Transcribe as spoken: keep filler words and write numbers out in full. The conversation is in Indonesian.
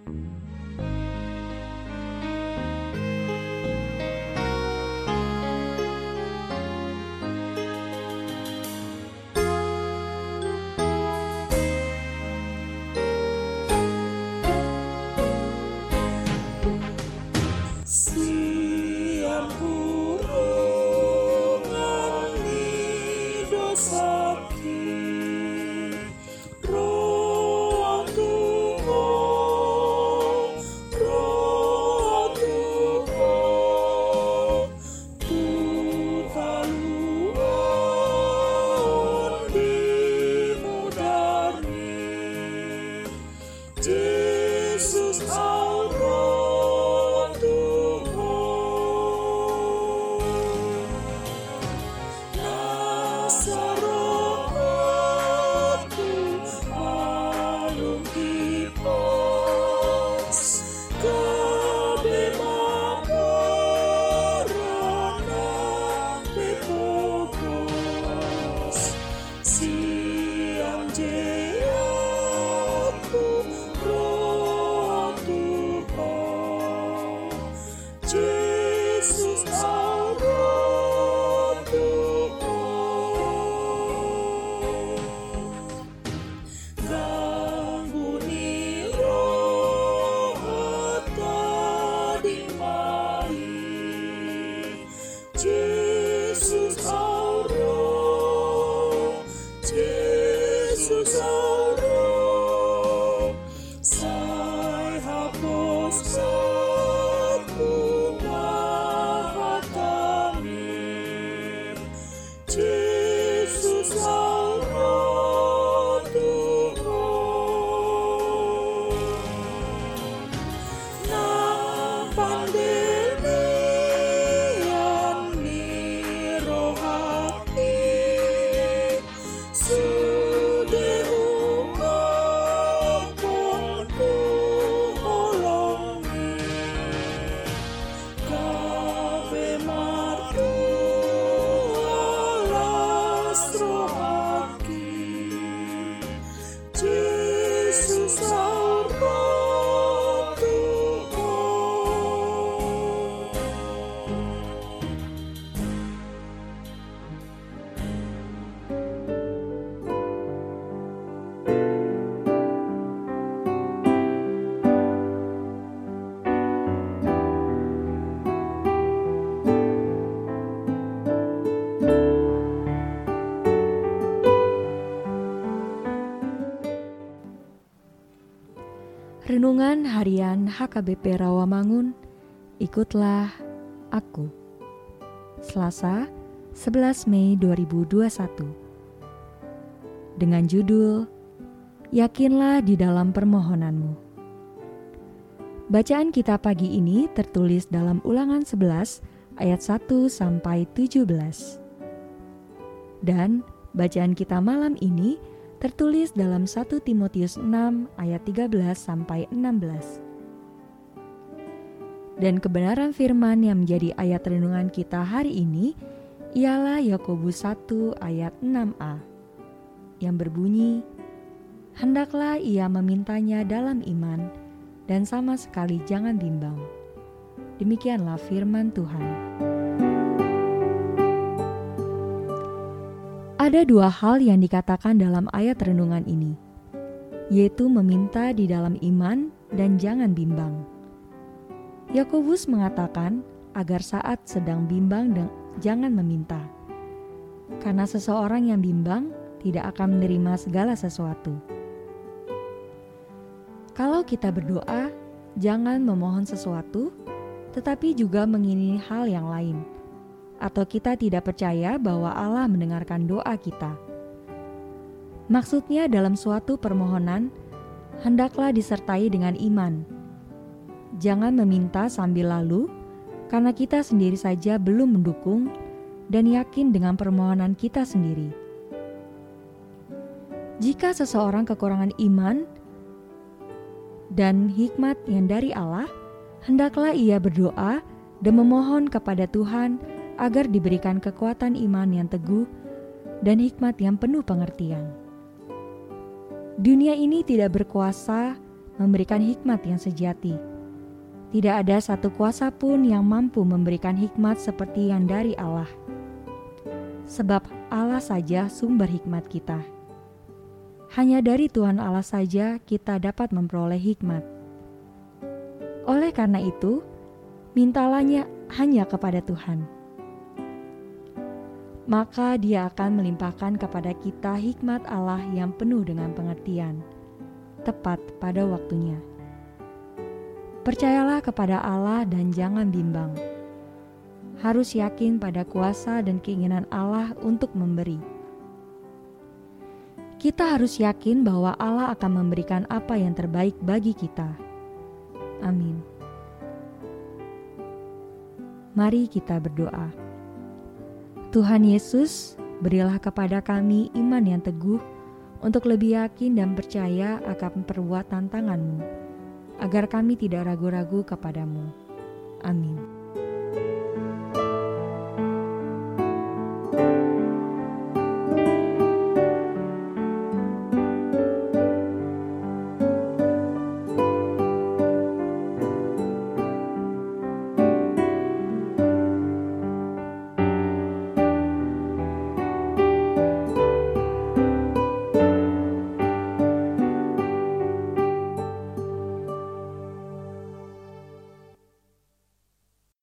Renungan Harian H K B P Rawamangun, ikutlah aku. Selasa, sebelas Mei dua ribu dua puluh satu. Dengan judul, Yakinlah di dalam permohonanmu. Bacaan kita pagi ini tertulis dalam Ulangan sebelas ayat satu sampai tujuh belas. Dan bacaan kita malam ini tertulis dalam satu Timotius enam ayat tiga belas sampai enam belas. Dan kebenaran firman yang menjadi ayat renungan kita hari ini ialah Yakobus satu ayat enam a yang berbunyi, hendaklah ia memintanya dalam iman dan sama sekali jangan bimbang. Demikianlah firman Tuhan. Ada dua hal yang dikatakan dalam ayat renungan ini, yaitu meminta di dalam iman dan jangan bimbang. Yakobus mengatakan agar saat sedang bimbang dan jangan meminta, karena seseorang yang bimbang tidak akan menerima segala sesuatu. Kalau kita berdoa, jangan memohon sesuatu, tetapi juga menginginkan hal yang lain. Atau kita tidak percaya bahwa Allah mendengarkan doa kita. Maksudnya dalam suatu permohonan, hendaklah disertai dengan iman. Jangan meminta sambil lalu, karena kita sendiri saja belum mendukung dan yakin dengan permohonan kita sendiri. Jika seseorang kekurangan iman dan hikmat yang dari Allah, hendaklah ia berdoa dan memohon kepada Tuhan agar diberikan kekuatan iman yang teguh dan hikmat yang penuh pengertian. Dunia ini tidak berkuasa memberikan hikmat yang sejati. Tidak ada satu kuasa pun yang mampu memberikan hikmat seperti yang dari Allah. Sebab Allah saja sumber hikmat kita. Hanya dari Tuhan Allah saja kita dapat memperoleh hikmat. Oleh karena itu, mintalahnya hanya kepada Tuhan. Maka Dia akan melimpahkan kepada kita hikmat Allah yang penuh dengan pengertian, tepat pada waktunya. Percayalah kepada Allah dan jangan bimbang. Harus yakin pada kuasa dan keinginan Allah untuk memberi. Kita harus yakin bahwa Allah akan memberikan apa yang terbaik bagi kita. Amin. Mari kita berdoa. Tuhan Yesus, berilah kepada kami iman yang teguh untuk lebih yakin dan percaya akan perbuatan tangan-Mu, agar kami tidak ragu-ragu kepadamu. Amin.